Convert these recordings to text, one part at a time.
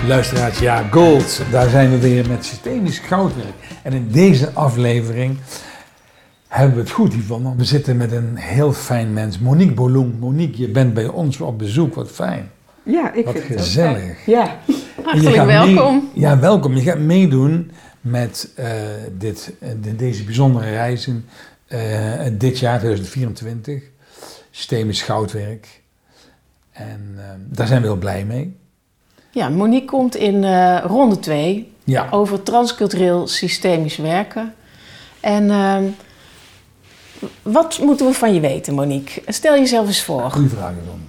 Luisteraars, ja, Gold, daar zijn we weer met systemisch goudwerk. En in deze aflevering hebben we het goed, Yvonne, want we zitten met een heel fijn mens, Monique Bolung. Monique, je bent bij ons op bezoek, wat fijn. Ja, ik wat vind gezellig. het ook fijn. Ja. Hartelijk welkom. Welkom. Je gaat meedoen met deze bijzondere reizen dit jaar, 2024. Systemisch goudwerk. En daar zijn we heel blij mee. Ja, Monique komt in ronde 2 over transcultureel systemisch werken. En wat moeten we van je weten, Monique? Stel jezelf eens voor. Goeie vraag dan.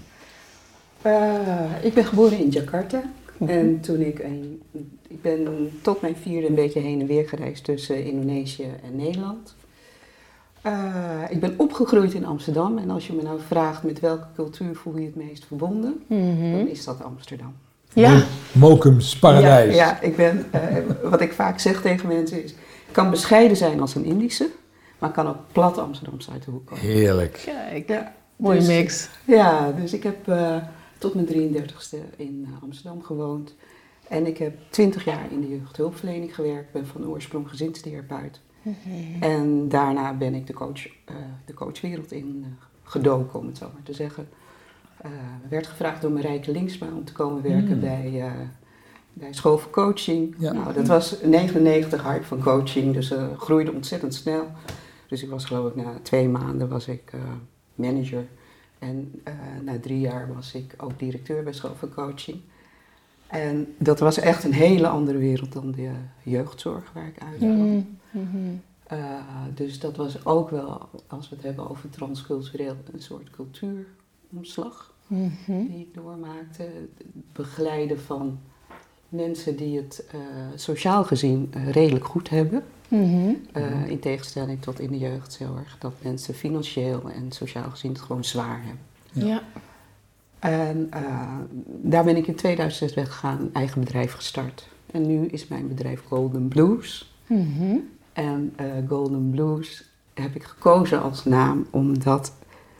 Ik ben geboren in Jakarta. En toen ik ben tot mijn 4e een beetje heen en weer gereisd tussen Indonesië en Nederland. Ik ben opgegroeid in Amsterdam. En als je me nou vraagt met welke cultuur voel je het meest verbonden, dan is dat Amsterdam. Ja. Mokum's paradijs. Ja, ik ben, wat ik vaak zeg tegen mensen is, ik kan bescheiden zijn als een Indische, maar ik kan ook plat Amsterdamse uit de hoek komen. Heerlijk. Kijk, ja, mooie mix. Ja, dus ik heb tot mijn 33ste in Amsterdam gewoond. En ik heb 20 jaar in de jeugdhulpverlening gewerkt, ben van oorsprong gezinstherapeut. En daarna ben ik de coachwereld in gedoken, om het zo maar te zeggen. Werd gevraagd door Marijke Linksma om te komen werken bij School voor Coaching. Ja. Nou, dat was 99 hype van coaching, dus groeide ontzettend snel. Dus ik was geloof ik na 2 maanden was ik manager. En na 3 jaar was ik ook directeur bij School voor Coaching. En dat was echt een hele andere wereld dan de jeugdzorg waar ik uitkwam. Dus dat was ook wel, als we het hebben over transcultureel, een soort cultuuromslag die ik doormaakte. Het begeleiden van mensen die het sociaal gezien redelijk goed hebben. In tegenstelling tot in de jeugdzorg, dat mensen financieel en sociaal gezien het gewoon zwaar hebben. Ja. En daar ben ik in 2006 weggegaan, een eigen bedrijf gestart. En nu is mijn bedrijf Golden Blues. En Golden Blues heb ik gekozen als naam omdat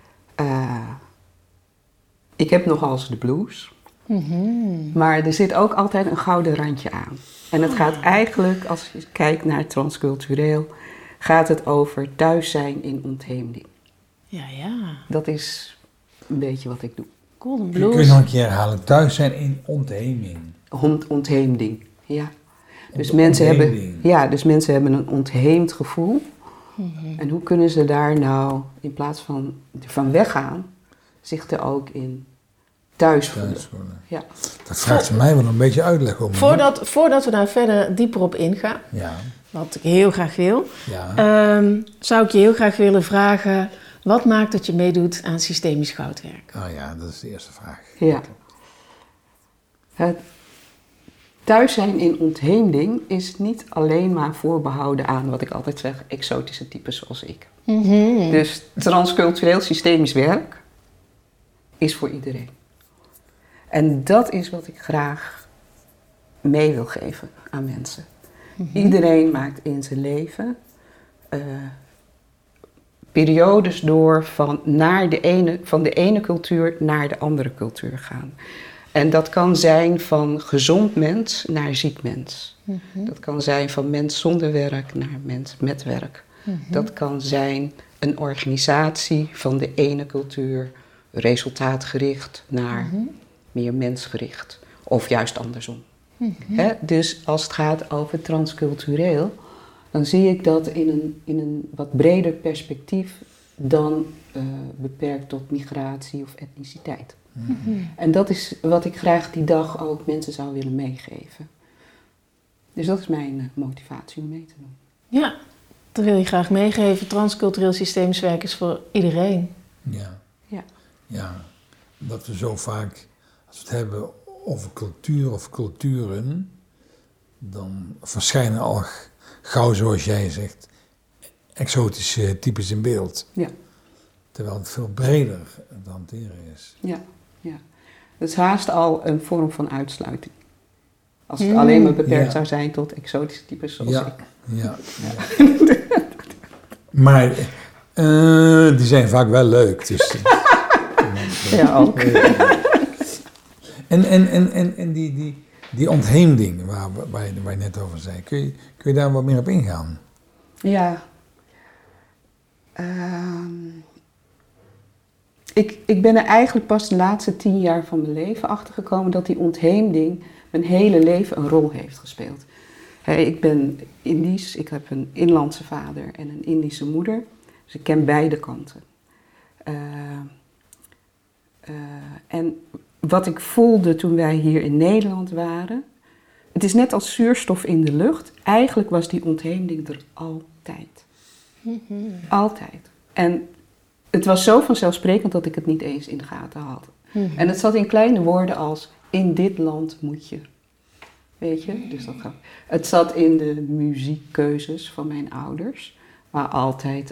ik heb nogal eens de blues. Maar er zit ook altijd een gouden randje aan. En het gaat eigenlijk, als je kijkt naar transcultureel, gaat het over thuis zijn in ontheemding. Ja. Dat is een beetje wat ik doe. Golden Blues. Kun je nog een keer herhalen? Thuis zijn in ontheeming. Ontheemding, ja. Dus mensen hebben een ontheemd gevoel. En hoe kunnen ze daar nou, in plaats van weggaan, zich er ook in thuis voelen? Ja. Dat vraagt ze mij wel een beetje uitleg om. Voordat we daar verder dieper op ingaan, wat ik heel graag wil, zou ik je heel graag willen vragen, wat maakt dat je meedoet aan systemisch goudwerk? Oh ja, dat is de eerste vraag. Ja. Het thuis zijn in ontheemding is niet alleen maar voorbehouden aan, wat ik altijd zeg, exotische types zoals ik. Dus transcultureel systemisch werk is voor iedereen. En dat is wat ik graag mee wil geven aan mensen. Iedereen maakt in zijn leven periodes door van de ene cultuur naar de andere cultuur gaan. En dat kan zijn van gezond mens naar ziek mens. Dat kan zijn van mens zonder werk naar mens met werk. Dat kan zijn een organisatie van de ene cultuur resultaatgericht naar meer mensgericht. Of juist andersom. Dus als het gaat over transcultureel, dan zie ik dat in een wat breder perspectief dan beperkt tot migratie of etniciteit. En dat is wat ik graag die dag ook mensen zou willen meegeven. Dus dat is mijn motivatie om mee te doen. Ja, dat wil je graag meegeven. Transcultureel systemisch werk is voor iedereen. Ja, dat we zo vaak, als we het hebben over cultuur of culturen, dan verschijnen al gauw, zoals jij zegt, exotische types in beeld. Ja. Terwijl het veel breder te hanteren is. Ja. Dat is haast al een vorm van uitsluiting. Als het alleen maar beperkt zou zijn tot exotische types zoals ik. Ja. Maar die zijn vaak wel leuk. Dus, ja, ook. En Die ontheemding waar je net over zei, kun je daar wat meer op ingaan? Ja. Ik ben er eigenlijk pas de laatste 10 jaar van mijn leven achtergekomen dat die ontheemding mijn hele leven een rol heeft gespeeld. Ik ben Indisch, ik heb een inlandse vader en een Indische moeder. Dus ik ken beide kanten. En wat ik voelde toen wij hier in Nederland waren, het is net als zuurstof in de lucht. Eigenlijk was die ontheemding er altijd. Mm-hmm. Altijd. En het was zo vanzelfsprekend dat ik het niet eens in de gaten had. Mm-hmm. En het zat in kleine woorden als, in dit land moet je. Weet je? Dus dat gaat. Het zat in de muziekkeuzes van mijn ouders, waar altijd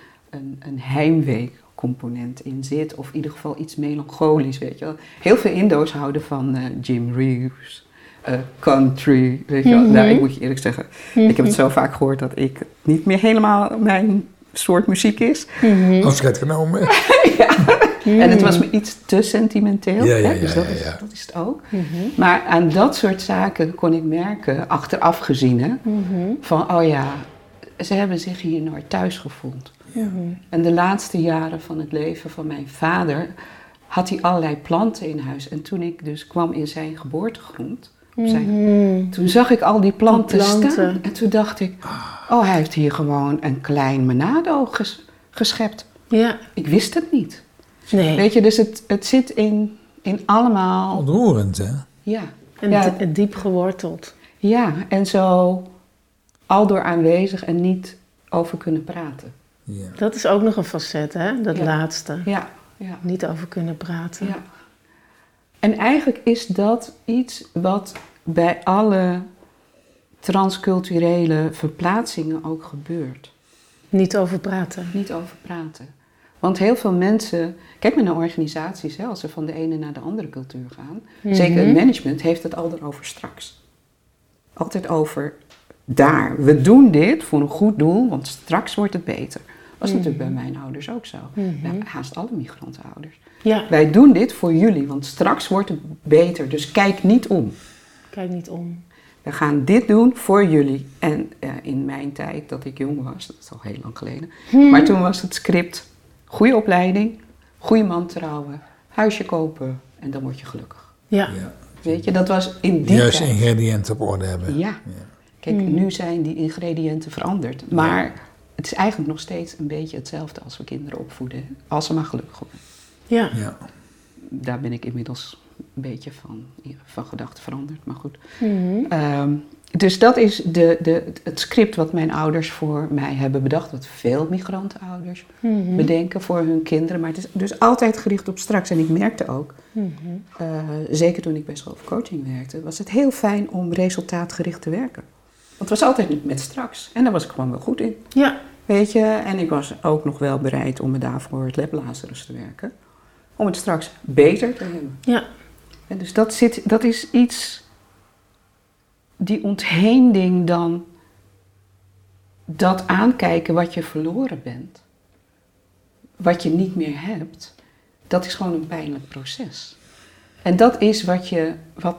een heimwee-component in zit, of in ieder geval iets melancholisch, weet je wel. Heel veel Indo's houden van Jim Reeves, country, weet je wel. Mm-hmm. Nou, ik moet je eerlijk zeggen, ik heb het zo vaak gehoord dat ik niet meer helemaal mijn soort muziek is. Mm-hmm. Afscheid genomen. Ja. Mm-hmm. En het was me iets te sentimenteel, dus dat is het ook. Mm-hmm. Maar aan dat soort zaken kon ik merken, achteraf gezien, van oh ja, ze hebben zich hier nooit thuis gevoeld. Mm-hmm. En de laatste jaren van het leven van mijn vader had hij allerlei planten in huis. En toen ik dus kwam in zijn geboortegrond, toen zag ik al die planten staan. En toen dacht ik, oh, hij heeft hier gewoon een klein menado geschept. Ja. Ik wist het niet. Nee. Weet je, dus het zit in allemaal... Ontroerend, hè? Ja. En diep geworteld. Ja, en zo aldoor aanwezig en niet over kunnen praten. Ja. Dat is ook nog een facet, hè? Dat laatste. Ja. Niet over kunnen praten. Ja. En eigenlijk is dat iets wat bij alle transculturele verplaatsingen ook gebeurt. Niet over praten. Niet over praten. Want heel veel mensen, kijk maar naar organisaties, als ze van de ene naar de andere cultuur gaan. Mm-hmm. Zeker het management heeft het altijd over straks. Altijd over daar. We doen dit voor een goed doel, want straks wordt het beter. Was natuurlijk bij mijn ouders ook zo. Bij haast alle migrantenouders. Ja. Wij doen dit voor jullie, want straks wordt het beter. Dus kijk niet om. Kijk niet om. We gaan dit doen voor jullie. En in mijn tijd, dat ik jong was, dat is al heel lang geleden. Maar toen was het script, goede opleiding, goede man trouwen, huisje kopen en dan word je gelukkig. Ja. Weet je, dat was in die juiste ingrediënten op orde hebben. Ja. Kijk, nu zijn die ingrediënten veranderd. Maar het is eigenlijk nog steeds een beetje hetzelfde als we kinderen opvoeden. Als ze maar gelukkig worden. Ja. Daar ben ik inmiddels een beetje van gedachten veranderd, maar goed. Mm-hmm. Dus dat is het script wat mijn ouders voor mij hebben bedacht. Wat veel migrantenouders bedenken voor hun kinderen. Maar het is dus altijd gericht op straks. En ik merkte ook, zeker toen ik bij School voor Coaching werkte, was het heel fijn om resultaatgericht te werken. Want het was altijd met straks. En daar was ik gewoon wel goed in. Ja. Weet je, en ik was ook nog wel bereid om me daarvoor het Lab Lazarus te werken. Om het straks beter te hebben. Ja. En dus dat is iets, die ontheemding dan, dat aankijken wat je verloren bent, wat je niet meer hebt, dat is gewoon een pijnlijk proces. En dat is wat je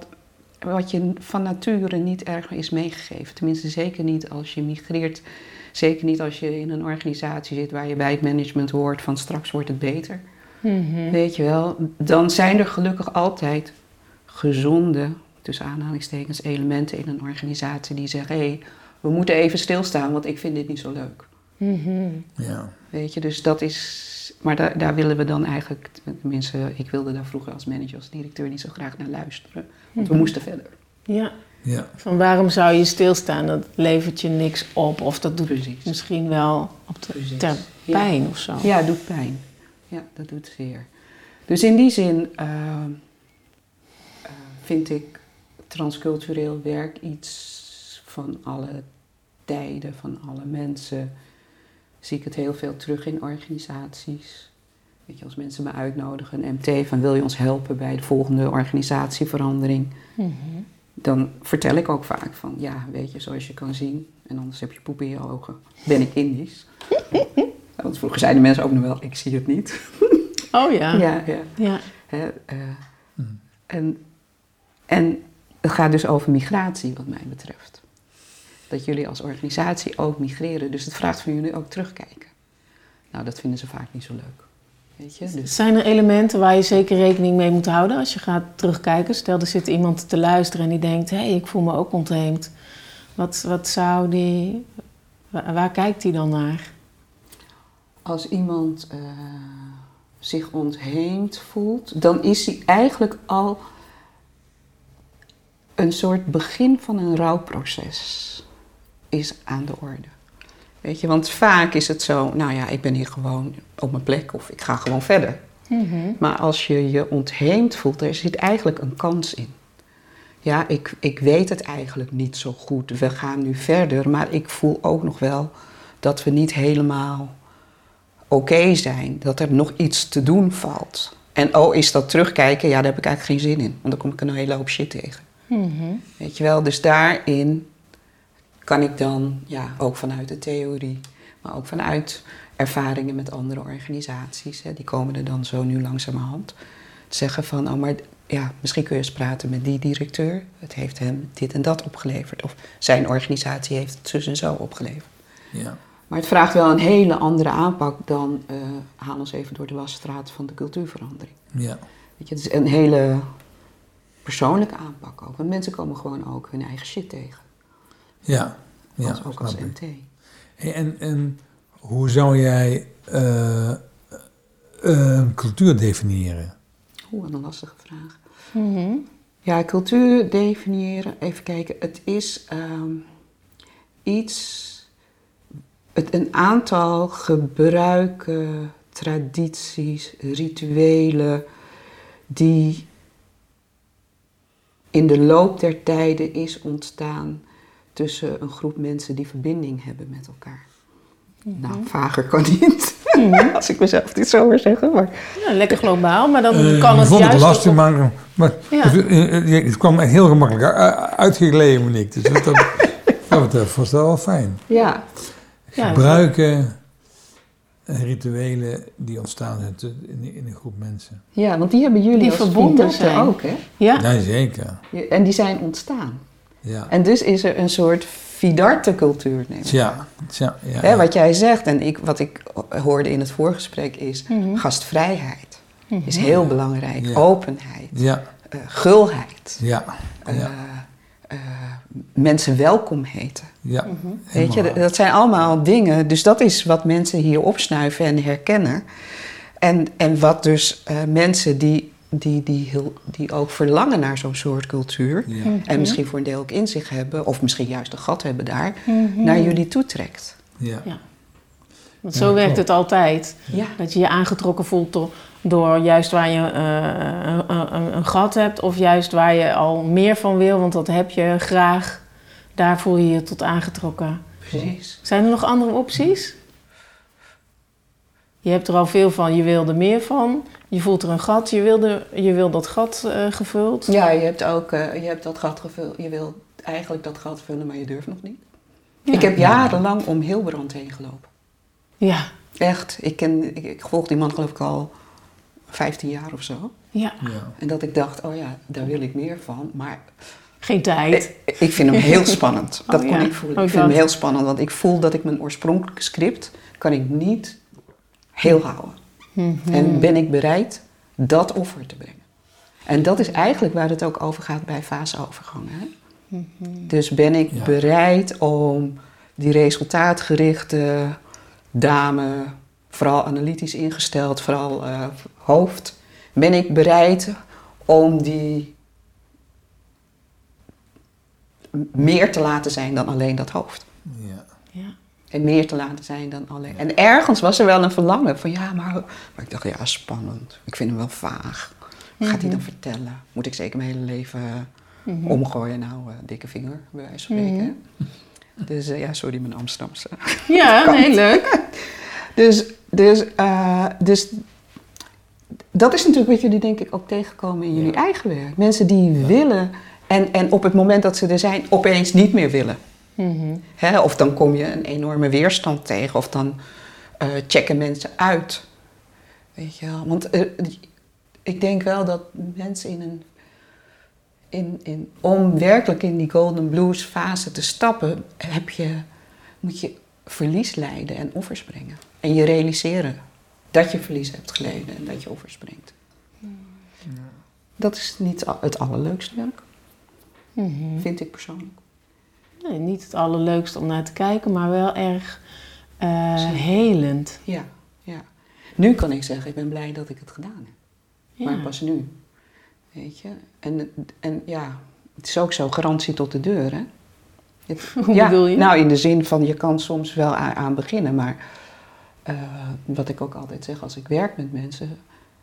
van nature niet erg is meegegeven. Tenminste, zeker niet als je migreert. Zeker niet als je in een organisatie zit waar je bij het management hoort van straks wordt het beter. Mm-hmm. Weet je wel, dan zijn er gelukkig altijd gezonde, tussen aanhalingstekens, elementen in een organisatie die zeggen, hé, we moeten even stilstaan, want ik vind dit niet zo leuk. Mm-hmm. Ja. Weet je, dus dat is... Maar daar willen we dan eigenlijk, tenminste, ik wilde daar vroeger als manager, als directeur niet zo graag naar luisteren. Want we moesten verder. Ja. Van waarom zou je stilstaan? Dat levert je niks op. Of dat doet misschien wel op de pijn of zo. Ja, het doet pijn. Ja, dat doet zeer. Dus in die zin vind ik transcultureel werk iets van alle tijden, van alle mensen. Zie ik het heel veel terug in organisaties. Weet je, als mensen me uitnodigen, een MT, van wil je ons helpen bij de volgende organisatieverandering? Mm-hmm. Dan vertel ik ook vaak van, ja, weet je, zoals je kan zien, en anders heb je poep in je ogen, ben ik Indisch. Want vroeger zeiden mensen ook nog wel, ik zie het niet. Oh ja. Ja. En het gaat dus over migratie wat mij betreft. Dat jullie als organisatie ook migreren. Dus het vraagt van jullie ook terugkijken. Nou, dat vinden ze vaak niet zo leuk. Weet je? Dus... Zijn er elementen waar je zeker rekening mee moet houden als je gaat terugkijken? Stel, er zit iemand te luisteren en die denkt... hé, ik voel me ook ontheemd. Wat zou die... Waar kijkt hij dan naar? Als iemand zich ontheemd voelt... dan is hij eigenlijk al... een soort begin van een rouwproces is aan de orde. Weet je, want vaak is het zo, nou ja, ik ben hier gewoon op mijn plek of ik ga gewoon verder. Mm-hmm. Maar als je je ontheemd voelt, er zit eigenlijk een kans in. Ja, ik weet het eigenlijk niet zo goed, we gaan nu verder, maar ik voel ook nog wel dat we niet helemaal oké zijn, dat er nog iets te doen valt. En is dat terugkijken, ja, daar heb ik eigenlijk geen zin in, want dan kom ik een hele hoop shit tegen. Mm-hmm. Weet je wel, dus daarin kan ik dan, ja, ook vanuit de theorie, maar ook vanuit ervaringen met andere organisaties, hè, die komen er dan zo nu langzamerhand, zeggen van, maar ja, misschien kun je eens praten met die directeur, het heeft hem dit en dat opgeleverd, of zijn organisatie heeft het zus en zo opgeleverd. Ja. Maar het vraagt wel een hele andere aanpak dan, haal ons even door de wasstraat van de cultuurverandering. Ja. Weet je, het is een hele persoonlijke aanpak ook. Want mensen komen gewoon ook hun eigen shit tegen. Ja. Ook als MT. En hoe zou jij cultuur definiëren? Wat een lastige vraag. Mm-hmm. Ja, cultuur definiëren, even kijken. Het is een aantal gebruiken, tradities, rituelen die in de loop der tijden is ontstaan tussen een groep mensen die verbinding hebben met elkaar. Mm-hmm. Nou, vager kan niet. Mm-hmm. Als ik mezelf dit zo maar zeggen. Maar... Ja, lekker globaal, maar dan kan het juist... Ik vond het lastig, maar ja. Het kwam echt heel gemakkelijk uitgegleden, Monique. Dus dat was wel fijn. Ja. Gebruiken rituelen die ontstaan in een groep mensen. Ja, want die hebben jullie die als verbonden zijn ook, hè? Ja, zeker. En die zijn ontstaan. Ja. En dus is er een soort Vidarte-cultuur. Ja. Wat jij zegt en wat ik hoorde in het voorgesprek is gastvrijheid. Mm-hmm. Is heel belangrijk. Ja. Openheid. Gulheid. Ja. Mensen welkom heten. Ja. Mm-hmm. Weet je, dat zijn allemaal dingen. Dus dat is wat mensen hier opsnuiven en herkennen. En wat dus mensen die ook verlangen naar zo'n soort cultuur... Ja. Mm-hmm. En misschien voor een deel ook in zich hebben... of misschien juist een gat hebben daar... Mm-hmm. naar jullie toetrekt. Ja. Want zo werkt het altijd. Ja. Dat je je aangetrokken voelt door juist waar je een gat hebt... of juist waar je al meer van wil, want dat heb je graag. Daar voel je je tot aangetrokken. Precies. Zijn er nog andere opties? Je hebt er al veel van, je wil er meer van. Je voelt er een gat, je wil dat gat gevuld. Ja, je hebt dat gat gevuld. Je wil eigenlijk dat gat vullen, maar je durft nog niet. Ja. Ik heb jarenlang om Hilbrand heen gelopen. Ja. Echt. Ik volg die man geloof ik al 15 jaar of zo. Ja. En dat ik dacht, daar wil ik meer van. Maar geen tijd. Ik vind hem heel spannend. Dat kon ik voelen. Ik vind hem heel spannend, want ik voel dat ik mijn oorspronkelijke script kan ik niet heel houden. Mm-hmm. En ben ik bereid dat offer te brengen. En dat is eigenlijk waar het ook over gaat bij faseovergangen. Hè? Mm-hmm. Dus ben ik bereid om die resultaatgerichte dame, vooral analytisch ingesteld, vooral hoofd, ben ik bereid om die meer te laten zijn dan alleen dat hoofd. Ja. En meer te laten zijn dan alleen. En ergens was er wel een verlangen van maar ik dacht, spannend. Ik vind hem wel vaag. Wat gaat hij dan vertellen? Moet ik zeker mijn hele leven omgooien? Nou, dikke vinger, bij wijze van spreken. Dus sorry, mijn Amsterdamse. Ja, nee, leuk. Dus dat is natuurlijk wat jullie denk ik ook tegenkomen in jullie eigen werk. Mensen die willen en op het moment dat ze er zijn, opeens niet meer willen. Mm-hmm. Of dan kom je een enorme weerstand tegen, of dan checken mensen uit. Weet je wel. Want ik denk wel dat mensen om werkelijk in die Golden Blues fase te stappen, moet je verlies lijden en offers brengen. En je realiseren dat je verlies hebt geleden en dat je offers brengt. Dat is niet het allerleukste werk, vind ik persoonlijk. Nee, niet het allerleukste om naar te kijken, maar wel erg helend. Ja. Nu kan ik zeggen, ik ben blij dat ik het gedaan heb. Ja. Maar pas nu. Weet je? En ja, het is ook zo, garantie tot de deur, hè? Hoe bedoel je? Nou, in de zin van, je kan soms wel aan beginnen, maar wat ik ook altijd zeg als ik werk met mensen,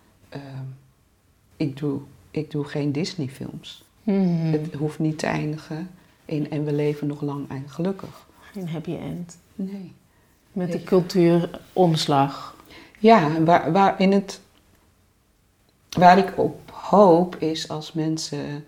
ik doe geen Disney-films. Het hoeft niet te eindigen in en we leven nog lang en gelukkig. Geen happy end. Nee. Met de cultuuromslag. Ja, waar ik op hoop is als mensen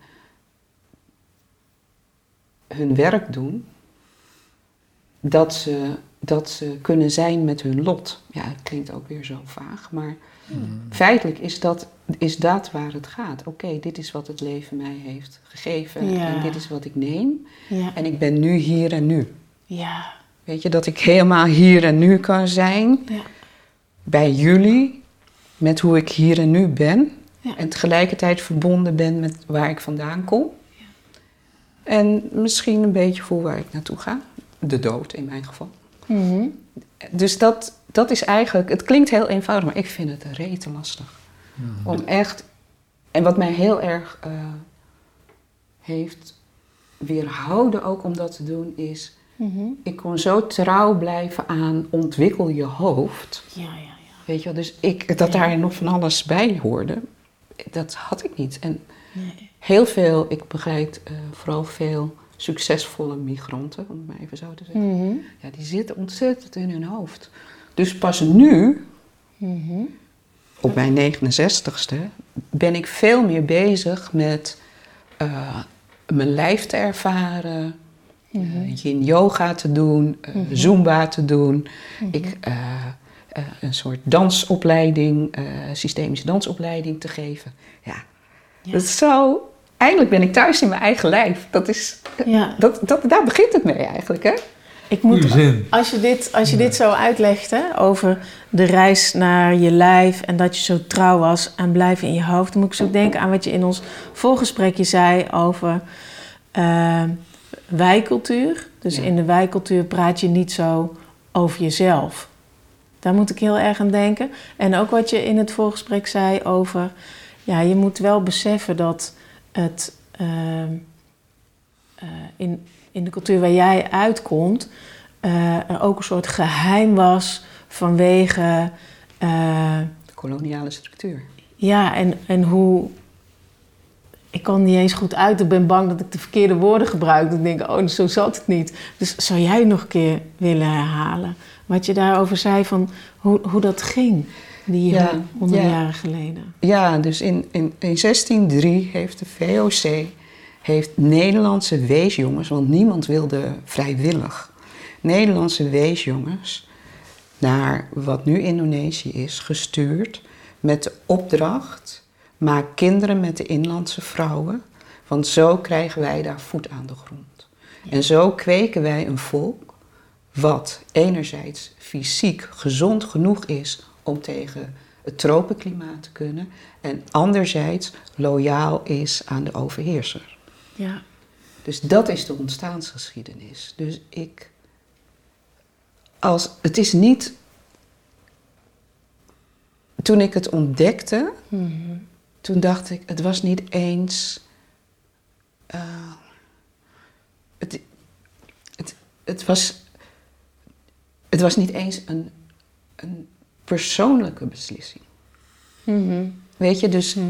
hun werk doen, dat ze kunnen zijn met hun lot. Ja, het klinkt ook weer zo vaag, maar feitelijk is dat waar het gaat. Oké, dit is wat het leven mij heeft gegeven en dit is wat ik neem. Ja. En ik ben nu hier en nu. Ja. Weet je, dat ik helemaal hier en nu kan zijn bij jullie, met hoe ik hier en nu ben. Ja. En tegelijkertijd verbonden ben met waar ik vandaan kom. Ja. En misschien een beetje voel waar ik naartoe ga. De dood in mijn geval. Dus dat is eigenlijk, het klinkt heel eenvoudig, maar ik vind het rete lastig. Om echt, en wat mij heel erg heeft weerhouden ook om dat te doen is, ik kon zo trouw blijven aan ontwikkel je hoofd. Ja. Weet je wel, dus dat daar nog van alles bij hoorde, dat had ik niet. En heel veel, ik begrijp vooral veel succesvolle migranten, om het maar even zo te zeggen. Ja, die zitten ontzettend in hun hoofd. Dus pas nu, op mijn 69ste, ben ik veel meer bezig met mijn lijf te ervaren, yin yoga te doen, zumba te doen. Een soort dansopleiding, systemische dansopleiding te geven. Ja. Dat is zo. Eindelijk ben ik thuis in mijn eigen lijf. Daar begint het mee eigenlijk, hè? Als je dit zo uitlegt, hè, over de reis naar je lijf en dat je zo trouw was en blijven in je hoofd, dan moet ik zo denken aan wat je in ons voorgesprekje zei over wijcultuur. Dus in de wijcultuur praat je niet zo over jezelf. Daar moet ik heel erg aan denken. En ook wat je in het voorgesprek zei over, ja, je moet wel beseffen dat het in de cultuur waar jij uitkomt, er ook een soort geheim was vanwege de koloniale structuur. Ja, en hoe. Ik kan niet eens goed uit. Ik ben bang dat ik de verkeerde woorden gebruik. Ik denk, oh, zo zat het niet. Dus zou jij nog een keer willen herhalen? Wat je daarover zei van hoe dat ging, die 100 jaar geleden. Ja, dus in 1603 heeft de VOC Nederlandse weesjongens, want niemand wilde vrijwillig, Nederlandse weesjongens naar wat nu Indonesië is gestuurd met de opdracht: maak kinderen met de inlandse vrouwen, want zo krijgen wij daar voet aan de grond. Ja. En zo kweken wij een volk wat enerzijds fysiek gezond genoeg is om tegen het tropenklimaat te kunnen en anderzijds loyaal is aan de overheerser. Ja. Dus dat is de ontstaansgeschiedenis. Dus het is niet. Toen ik het ontdekte, toen dacht ik, het was niet eens. Het was niet eens een persoonlijke beslissing. Weet je, dus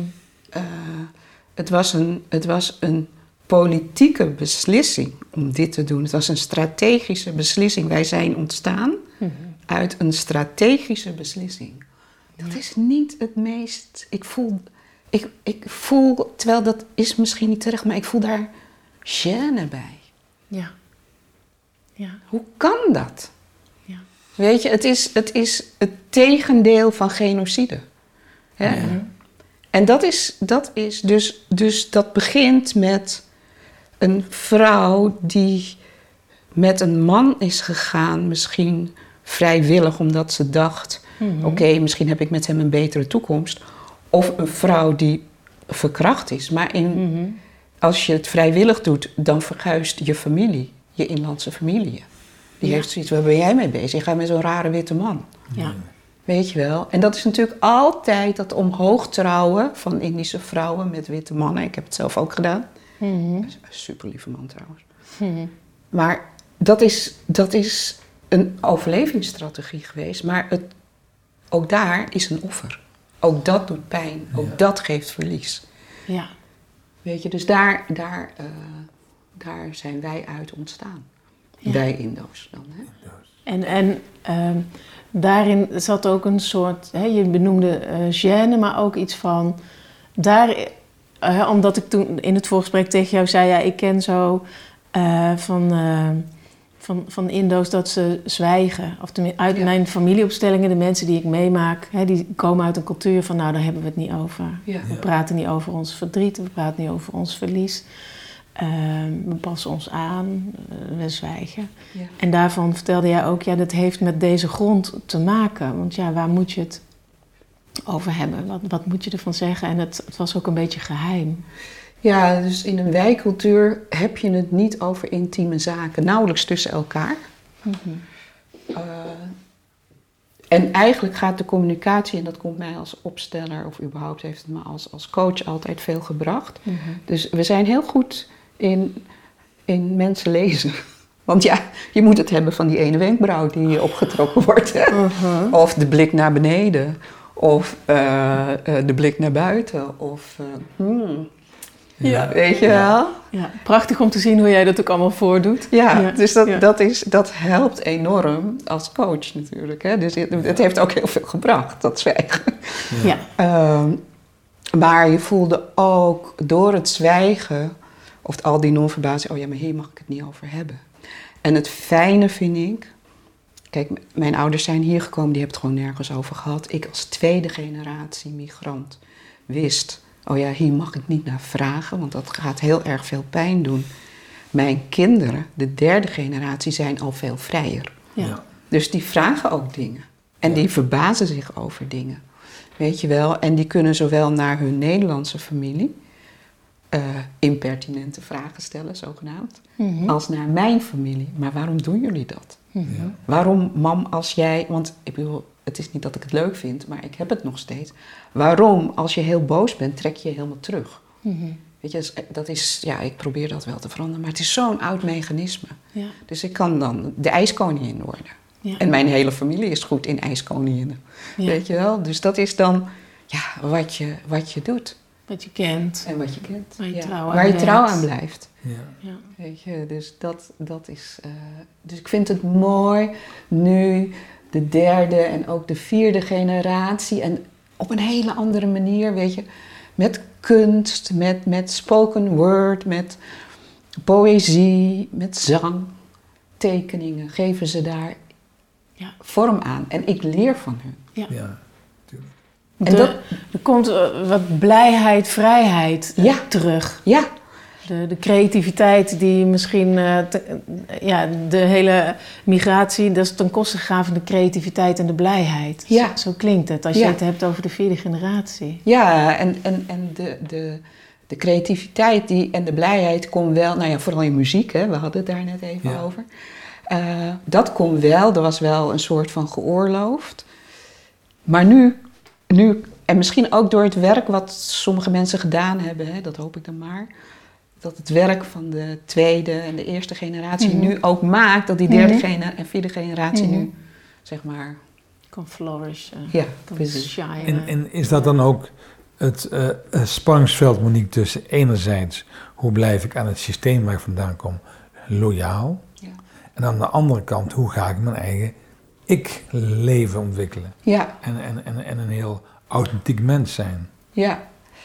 het was een politieke beslissing om dit te doen. Het was een strategische beslissing. Wij zijn ontstaan uit een strategische beslissing. Dat is niet het meest. Ik voel, terwijl dat is misschien niet terecht, maar ik voel daar gêne bij. Ja. Hoe kan dat? Ja. Weet je, het is het tegendeel van genocide. Hè? En dat begint met een vrouw die met een man is gegaan, misschien vrijwillig omdat ze dacht, oké, misschien heb ik met hem een betere toekomst. Of een vrouw die verkracht is. Maar als je het vrijwillig doet, dan verguist je familie, je inlandse familie. Die heeft zoiets, waar ben jij mee bezig? Je gaat met zo'n rare witte man. Ja. Weet je wel? En dat is natuurlijk altijd dat omhoog trouwen van Indische vrouwen met witte mannen. Ik heb het zelf ook gedaan. Een super lieve man trouwens. Maar dat is een overlevingsstrategie geweest. Maar ook daar is een offer. Ook dat doet pijn. Ook dat geeft verlies. Ja. Weet je, dus daar zijn wij uit ontstaan. Ja. Wij Indo's dan, hè? En daarin zat ook een soort, je benoemde gêne, maar ook iets van, omdat ik toen in het voorgesprek tegen jou zei, ja, ik ken zo van Indo's dat ze zwijgen. Of tenminste, uit mijn familieopstellingen, de mensen die ik meemaak, die komen uit een cultuur van, nou, daar hebben we het niet over. Ja. We praten niet over ons verdriet, we praten niet over ons verlies. We passen ons aan, we zwijgen. Ja. En daarvan vertelde jij ook, ja, dat heeft met deze grond te maken. Want ja, waar moet je het over hebben? Wat moet je ervan zeggen? En het was ook een beetje geheim. Ja, dus in een wijkcultuur heb je het niet over intieme zaken. Nauwelijks tussen elkaar. En eigenlijk gaat de communicatie, en dat komt mij als opsteller, of überhaupt heeft het me als coach altijd veel gebracht. Dus we zijn heel goed in mensen lezen. Want ja, je moet het hebben van die ene wenkbrauw die opgetrokken wordt. Hè? Of de blik naar beneden. Of de blik naar buiten. Of, Ja. Weet je wel? Ja, prachtig om te zien hoe jij dat ook allemaal voordoet. Ja, dus dat helpt enorm als coach natuurlijk. Hè? Dus het heeft ook heel veel gebracht, dat zwijgen. Ja. Maar je voelde ook door het zwijgen, of al die non-verbaal, oh ja, maar hier mag ik het niet over hebben. En het fijne vind ik, kijk, mijn ouders zijn hier gekomen, die hebben het gewoon nergens over gehad. Ik als tweede generatie migrant wist, oh ja, hier mag ik niet naar vragen, want dat gaat heel erg veel pijn doen. Mijn kinderen, de derde generatie, zijn al veel vrijer. Ja. Dus die vragen ook dingen. En die verbazen zich over dingen. Weet je wel? En die kunnen zowel naar hun Nederlandse familie impertinente vragen stellen, zogenaamd, als naar mijn familie. Maar waarom doen jullie dat? Waarom, mam, als jij... Want ik bedoel, het is niet dat ik het leuk vind, maar ik heb het nog steeds. Waarom, als je heel boos bent, trek je je helemaal terug? Weet je, dat is... Ja, ik probeer dat wel te veranderen, maar het is zo'n oud mechanisme. Ja. Dus ik kan dan de ijskoningin worden. Ja. En mijn hele familie is goed in ijskoninginnen. Ja. Weet je wel? Dus dat is dan wat je doet. Wat je kent. En wat je kent. Waar je trouw aan blijft. Ja. Weet je, dus dat is... dus ik vind het mooi nu de derde en ook de vierde generatie. En op een hele andere manier, weet je. Met kunst, met spoken word, met poëzie, met zang, tekeningen. Geven ze daar vorm aan. En ik leer van hun. Ja, natuurlijk. En er komt wat blijheid, vrijheid terug. Ja. De creativiteit die misschien... de hele migratie, dat is ten koste gegaan van de creativiteit en de blijheid. Ja. Zo klinkt het, als je het hebt over de vierde generatie. Ja, en de creativiteit en de blijheid kon wel... Nou ja, vooral in muziek, hè, we hadden het daar net even over. Dat kon wel, er was wel een soort van geoorloofd. Maar nu, en misschien ook door het werk wat sommige mensen gedaan hebben, hè, dat hoop ik dan maar, dat het werk van de tweede en de eerste generatie nu ook maakt dat die derde en vierde generatie nu, zeg maar... kan flourishen, kan shine. En is dat dan ook het spanningsveld, Monique, tussen enerzijds, hoe blijf ik aan het systeem waar ik vandaan kom loyaal? Ja. En aan de andere kant, hoe ga ik mijn eigen ik-leven ontwikkelen? Ja. En een heel authentiek mens zijn. Ja.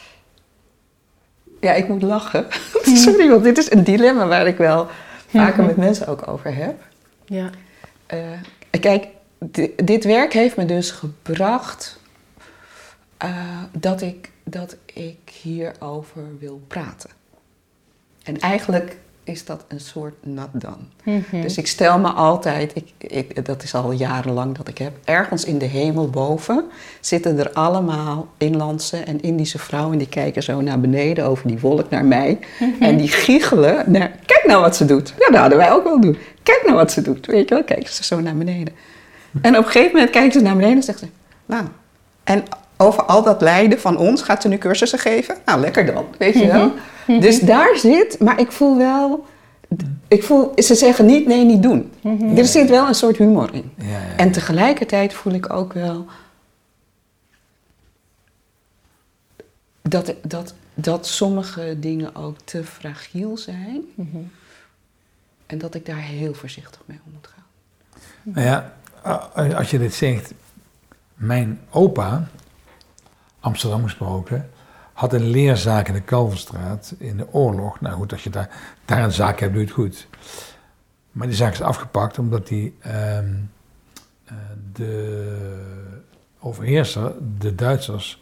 Ja, ik moet lachen. Sorry, want dit is een dilemma waar ik wel vaker met mensen ook over heb. Ja. Kijk, dit werk heeft me dus gebracht dat ik dat ik hierover wil praten. En eigenlijk is dat een soort not done. Mm-hmm. Dus ik stel me altijd, dat is al jarenlang dat ik heb, ergens in de hemel boven zitten er allemaal inlandse en Indische vrouwen die kijken zo naar beneden over die wolk naar mij. Mm-hmm. En die giechelen. Kijk nou wat ze doet. Ja, dat hadden wij ook wel doen. Kijk nou wat ze doet. Weet je wel, kijken ze zo naar beneden. En op een gegeven moment kijken ze naar beneden en zeggen ze, nou, en over al dat lijden van ons gaat ze nu cursussen geven? Nou, lekker dan, weet je wel. Mm-hmm. Dus daar zit, maar ik voel wel, ze zeggen niet, nee, niet doen. Mm-hmm. Er zit wel een soort humor in. Ja, ja. En tegelijkertijd voel ik ook wel dat sommige dingen ook te fragiel zijn. Mm-hmm. En dat ik daar heel voorzichtig mee om moet gaan. Nou ja, als je dit zegt, mijn opa, Amsterdam gesproken, had een leerzaak in de Kalverstraat in de oorlog. Nou goed, als je daar een zaak hebt, doe je het goed. Maar die zaak is afgepakt omdat die de overheerser, de Duitsers,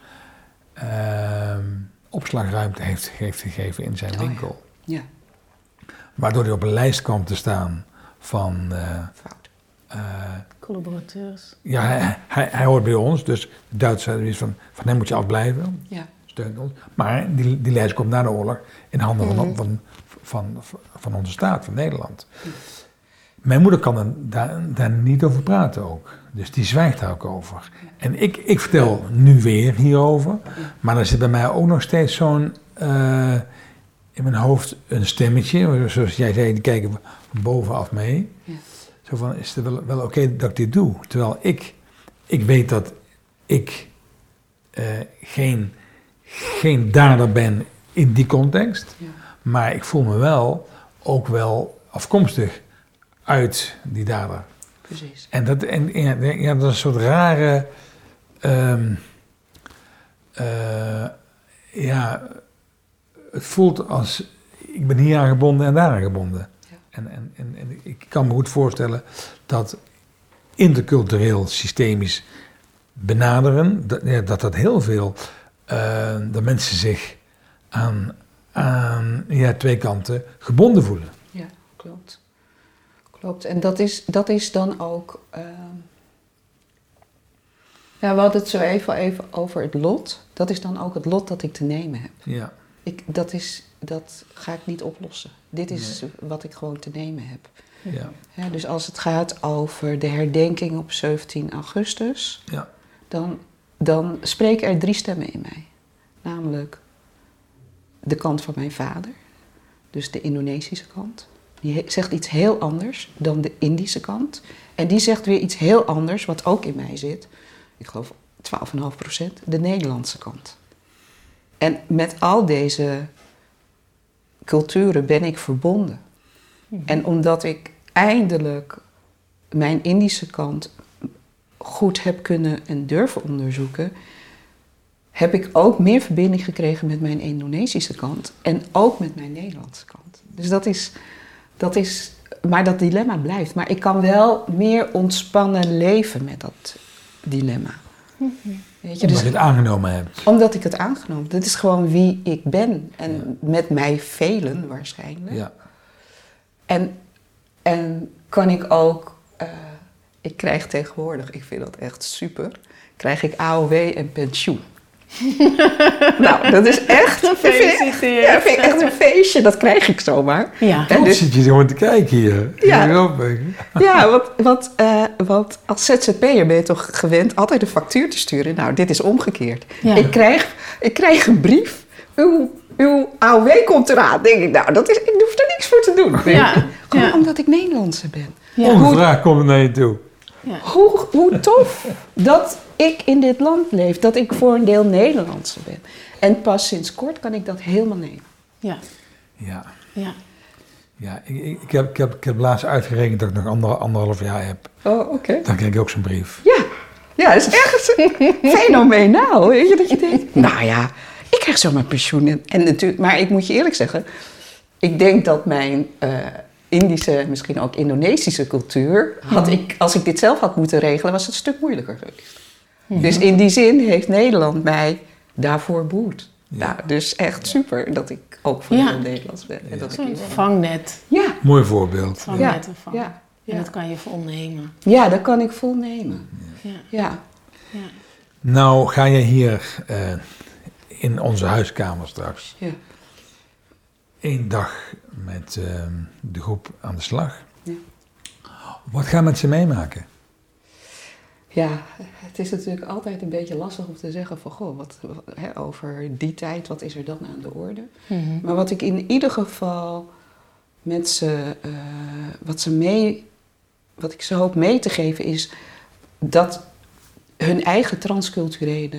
opslagruimte heeft gegeven in zijn winkel. Ja. Waardoor hij op een lijst kwam te staan van collaborateurs. Ja, hij hoort bij ons, dus de Duitsers hadden van hem moet je afblijven. Ja. Steunt ons. Maar die lijst komt na de oorlog in handen van onze staat, van Nederland. Ja. Mijn moeder kan daar niet over praten ook. Dus die zwijgt daar ook over. En ik vertel nu weer hierover, maar er zit bij mij ook nog steeds zo'n in mijn hoofd een stemmetje, zoals jij zei, die kijken van bovenaf mee. Ja. Zo van, is het wel oké dat ik dit doe? Terwijl ik weet dat ik geen dader ben in die context. Ja. Maar ik voel me wel ook wel afkomstig uit die dader. Precies. En dat is een soort rare het voelt als ik ben hier aan gebonden en daar aan gebonden. Ja. En ik kan me goed voorstellen dat intercultureel systemisch benaderen, dat heel veel, dat mensen zich aan twee kanten gebonden voelen. Ja, klopt. En dat is dan ook, we hadden het zo even over het lot. Dat is dan ook het lot dat ik te nemen heb. Ja. Dat ga ik niet oplossen. Dit is wat ik gewoon te nemen heb. Ja. Ja, dus als het gaat over de herdenking op 17 augustus... Ja. Dan spreken er 3 stemmen in mij. Namelijk de kant van mijn vader. Dus de Indonesische kant. Die zegt iets heel anders dan de Indische kant. En die zegt weer iets heel anders, wat ook in mij zit. Ik geloof 12,5%. De Nederlandse kant. En met al deze culturen ben ik verbonden. Mm-hmm. En omdat ik eindelijk mijn Indische kant goed heb kunnen en durven onderzoeken, heb ik ook meer verbinding gekregen met mijn Indonesische kant en ook met mijn Nederlandse kant. Dus dat is, maar dat dilemma blijft. Maar ik kan wel meer ontspannen leven met dat dilemma. Mm-hmm. Weet je, omdat je het aangenomen hebt. Omdat ik het aangenomen heb. Dat is gewoon wie ik ben. En met mij velen waarschijnlijk. Ja. En kan ik ook... ik krijg tegenwoordig, ik vind dat echt super... krijg ik AOW en pensioen. Nou, dat is echt... Gefeliciteerd. Ja, vind ik echt een feestje. Dat krijg ik zomaar. Ja. En dus zit je gewoon te kijken hier. Ja, want als ZZP'er ben je toch gewend altijd een factuur te sturen. Nou, dit is omgekeerd. Ja. Ik krijg een brief. Uw AOW komt eraan. Denk ik, nou, ik hoef er niks voor te doen. Ja. Gewoon omdat ik Nederlandse ben. Ja. Ongevraagd komt het naar je toe. Ja. Hoe tof dat ik in dit land leef. Dat ik voor een deel Nederlandse ben. En pas sinds kort kan ik dat helemaal nemen. Ja. Ja. Ja. Ja, ik heb laatst uitgerekend dat ik nog anderhalf jaar heb. Oh, oké. Dan krijg ik ook zo'n brief. Ja, dat is echt fenomenaal. Weet je, dat je denkt, nou ja, ik krijg zomaar pensioen. En natuurlijk, maar ik moet je eerlijk zeggen, ik denk dat mijn Indische, misschien ook Indonesische cultuur, als ik dit zelf had moeten regelen, was het een stuk moeilijker geweest. Ja. Dus in die zin heeft Nederland mij daarvoor behoed. Ja. Nou, dus echt super dat ik ook voor heel Nederlands ben. En dat zo'n vangnet. Ja. Mooi voorbeeld. Vangnet ervan. Ja. En dat kan je volnemen. Ja, dat kan ik volnemen. Ja. Nou ga je hier in onze huiskamer straks 1 dag met de groep aan de slag. Ja. Wat ga je met ze meemaken? Ja, het is natuurlijk altijd een beetje lastig om te zeggen van... goh, over die tijd, wat is er dan aan de orde? Mm-hmm. Maar wat ik in ieder geval met ze... wat ik ze hoop mee te geven is... dat hun eigen transculturele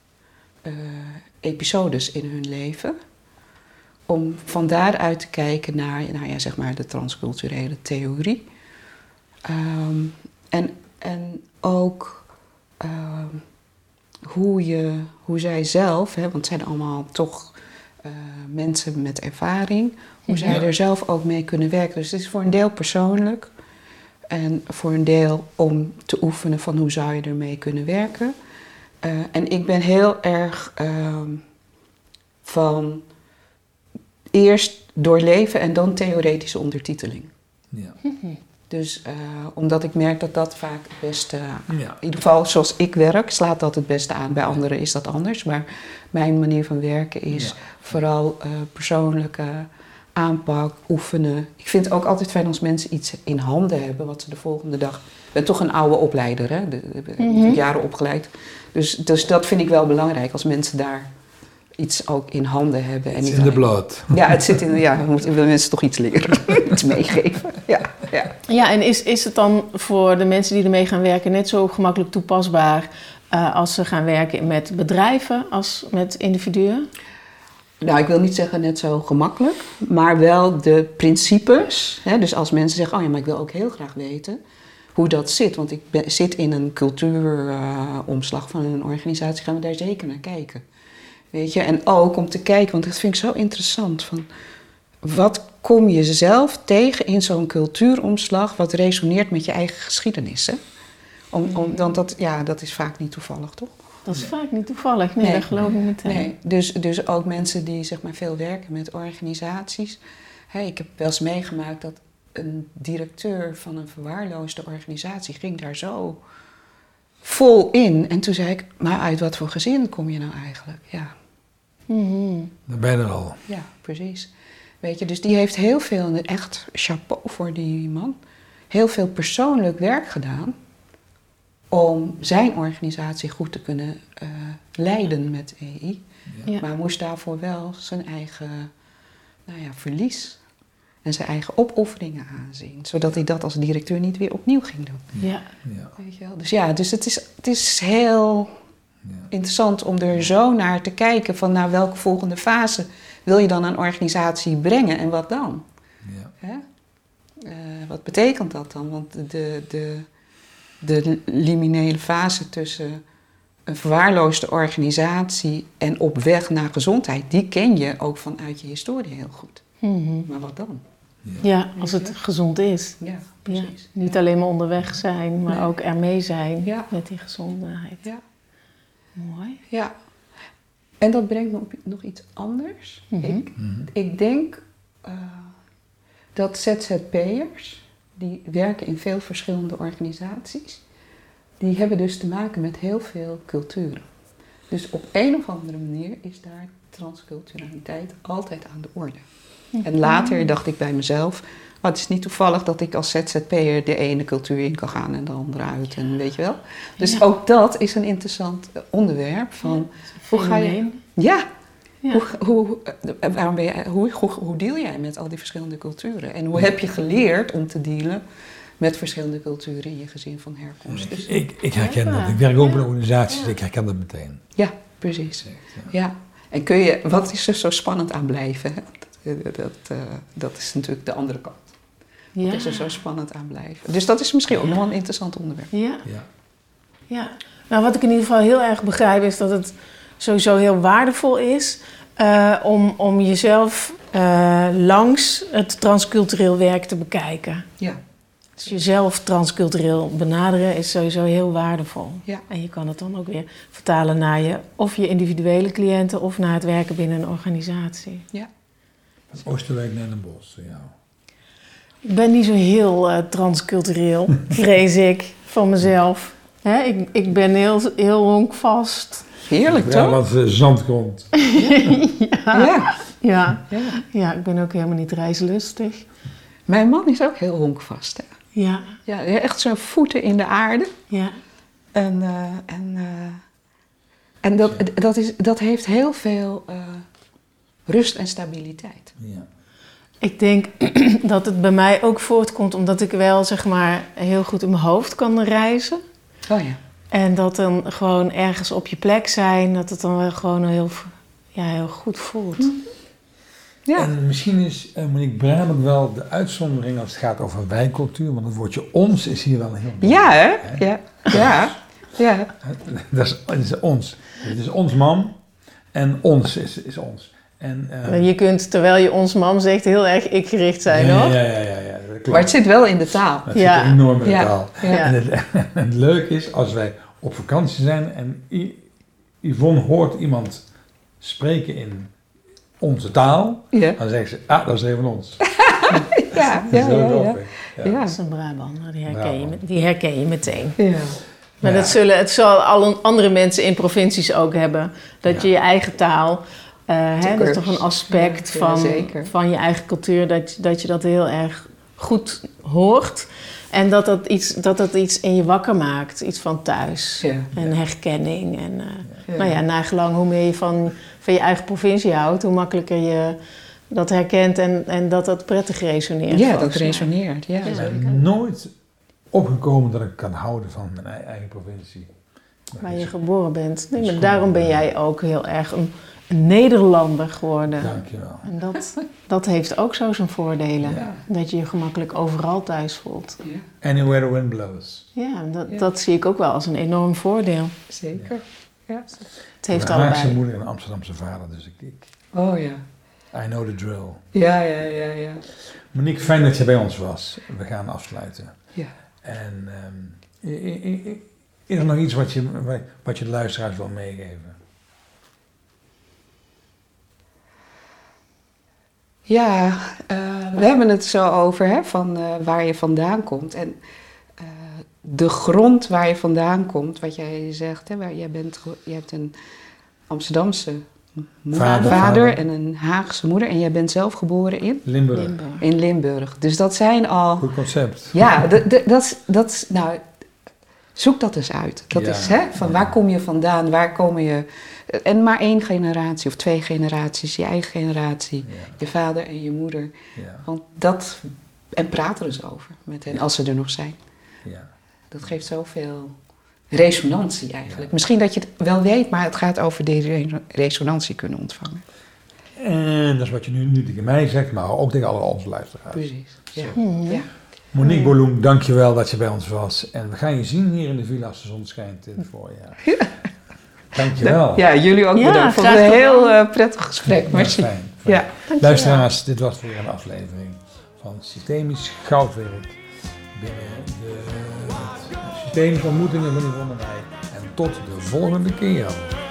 episodes in hun leven... om van daaruit te kijken naar zeg maar de transculturele theorie... En ook hoe zij zelf, want het zijn allemaal toch mensen met ervaring, hoe zij er zelf ook mee kunnen werken. Dus het is voor een deel persoonlijk en voor een deel om te oefenen van hoe zou je ermee kunnen werken. En ik ben heel erg van eerst doorleven en dan theoretische ondertiteling. Ja. Dus omdat ik merk dat dat vaak het beste, in ieder geval zoals ik werk, slaat dat het beste aan. Bij anderen is dat anders, maar mijn manier van werken is vooral persoonlijke aanpak, oefenen. Ik vind het ook altijd fijn als mensen iets in handen hebben wat ze de volgende dag... Ik ben toch een oude opleider, hè? Ik heb jaren opgeleid. Dus dat vind ik wel belangrijk als mensen daar iets ook in handen hebben. Het zit in de bloed. Ja, het zit in we willen mensen toch iets leren, iets meegeven. Ja, en is het dan voor de mensen die ermee gaan werken net zo gemakkelijk toepasbaar als ze gaan werken met bedrijven als met individuen? Nou, ik wil niet zeggen net zo gemakkelijk, maar wel de principes. Hè? Dus als mensen zeggen, maar ik wil ook heel graag weten hoe dat zit. Want ik zit in een cultuuromslag van een organisatie, gaan we daar zeker naar kijken. Weet je, en ook om te kijken, want dat vind ik zo interessant. Van wat kom je zelf tegen in zo'n cultuuromslag wat resoneert met je eigen geschiedenis? Hè? Want dat is vaak niet toevallig, toch? Dat is vaak niet toevallig, nee, dat geloof ik meteen. Nee, dus ook mensen die zeg maar veel werken met organisaties. Ik heb wel eens meegemaakt dat een directeur van een verwaarloosde organisatie ging daar zo vol in. En toen zei ik, maar uit wat voor gezin kom je nou eigenlijk? Ja. Mm-hmm. Dan ben je er al. Ja, precies. Weet je, dus die heeft heel veel, echt chapeau voor die man, heel veel persoonlijk werk gedaan om zijn organisatie goed te kunnen leiden met EI. Ja. Maar moest daarvoor wel zijn eigen verlies en zijn eigen opofferingen aanzien. Zodat hij dat als directeur niet weer opnieuw ging doen. Ja. Weet je wel? Dus het is heel interessant om er zo naar te kijken van naar welke volgende fase wil je dan een organisatie brengen en wat dan? Ja. Hè? Wat betekent dat dan? Want de liminele fase tussen een verwaarloosde organisatie en op weg naar gezondheid, die ken je ook vanuit je historie heel goed. Mm-hmm. Maar wat dan? Ja, als het gezond is. Ja, precies. Ja, niet alleen maar onderweg zijn, maar ook ermee zijn met die gezondheid. Ja. Mooi. Ja. En dat brengt me op nog iets anders. Mm-hmm. Ik denk dat ZZP'ers, die werken in veel verschillende organisaties, die hebben dus te maken met heel veel culturen. Dus op een of andere manier is daar transculturaliteit altijd aan de orde. En later dacht ik bij mezelf, het is niet toevallig dat ik als ZZP'er de ene cultuur in kan gaan en de andere uit. En weet je wel. Dus ook dat is een interessant onderwerp. Van, hoe ga je... Ja. Hoe deal jij met al die verschillende culturen? En hoe heb je geleerd om te dealen met verschillende culturen in je gezin van herkomst? Dus, ik herken dat. Ik werk ook bij organisaties, ik herken dat meteen. Ja, precies. Ja. En wat is er zo spannend aan blijven? Dat is natuurlijk de andere kant. Wat is er zo spannend aan blijven? Dus dat is misschien ook nog wel een interessant onderwerp. Ja. Nou, wat ik in ieder geval heel erg begrijp is dat het sowieso heel waardevol is om jezelf langs het transcultureel werk te bekijken. Ja, Dus jezelf transcultureel benaderen is sowieso heel waardevol. Ja. En je kan het dan ook weer vertalen naar je individuele cliënten of naar het werken binnen een organisatie. Ja. Van Oosterwijk naar Den Bosch, ja. Ik ben niet zo heel transcultureel, vrees ik, van mezelf. Ik ben heel honkvast. Heerlijk, toch? Ja, wat zandgrond. Ja, ik ben ook helemaal niet reislustig. Mijn man is ook heel honkvast. Hè? Ja. Ja, echt zo'n voeten in de aarde. Ja. En dat heeft heel veel rust en stabiliteit. Ja. Ik denk dat het bij mij ook voortkomt omdat ik wel, zeg maar, heel goed in mijn hoofd kan reizen. Oh ja. En dat dan gewoon ergens op je plek zijn, dat het dan wel gewoon heel goed voelt. Ja. En misschien is Monique Bramen wel de uitzondering als het gaat over wijkcultuur, want het woordje ons is hier wel heel belangrijk. Ja, hè? Ja. Dat is ons. Het is ons mam en ons is ons. En, je kunt, terwijl je ons mam zegt, heel erg ik-gericht zijn, hoor. Ja, dat klopt. Maar het zit wel in de taal. Het zit enorm in de taal. Ja. En het leuke is, als wij op vakantie zijn en Yvonne hoort iemand spreken in onze taal, dan zegt ze, dat is een van ons. Ja. Dat is een Brabander, die herken je meteen. Ja. Maar het zal alle andere mensen in provincies ook hebben. Dat je eigen taal, dat is toch een aspect van je eigen cultuur, dat je dat heel erg goed hoort. En dat dat iets in je wakker maakt, iets van thuis. Ja. En herkenning. En nagelang hoe meer je van je eigen provincie houdt, hoe makkelijker je dat herkent en dat prettig resoneert. Ja, dat resoneert. Ja. Ik ben nooit opgekomen dat ik kan houden van mijn eigen provincie. Waar je geboren bent. Nee, maar daarom ben jij ook heel erg een Nederlander geworden. Dankjewel. En dat heeft ook zo zijn voordelen. Ja. Dat je je gemakkelijk overal thuis voelt. Ja. Anywhere the wind blows. Ja, dat zie ik ook wel als een enorm voordeel. Zeker. Ja. Het heeft ik heb een Haagse allebei. moeder en een Amsterdamse vader, dus ik... Oh ja. I know the drill. Ja. Monique, fijn dat je bij ons was. We gaan afsluiten. Ja. En is er nog iets wat je de luisteraars wil meegeven? Ja, we hebben het zo over van waar je vandaan komt. En de grond waar je vandaan komt, wat jij zegt, je hebt een Amsterdamse vader en een Haagse moeder. En jij bent zelf geboren in? Limburg. In Limburg. Dus dat zijn al... Goed concept. Ja, nou, zoek dat eens uit. Dat is, waar kom je vandaan, waar komen je... En maar 1 generatie of 2 generaties, je eigen generatie, je vader en je moeder. Ja. Want dat... En praat er eens over met hen, als ze er nog zijn. Ja. Dat geeft zoveel resonantie eigenlijk. Ja. Misschien dat je het wel weet, maar het gaat over die resonantie kunnen ontvangen. En dat is wat je nu tegen mij zegt, maar ook tegen alle onze luisteraars. Precies, ja. Ja. Monique Boloen, dankjewel dat je bij ons was. En we gaan je zien hier in de villa als de zon schijnt in het voorjaar. Ja. Dankjewel. Ja, jullie ook bedankt. Vond het een heel prettig gesprek. Merci. Fijn. Ja. Luisteraars, dit was weer een aflevering van Systemisch Goudwerk binnen de systemische ontmoetingen van Yvonne en mij. En tot de volgende keer.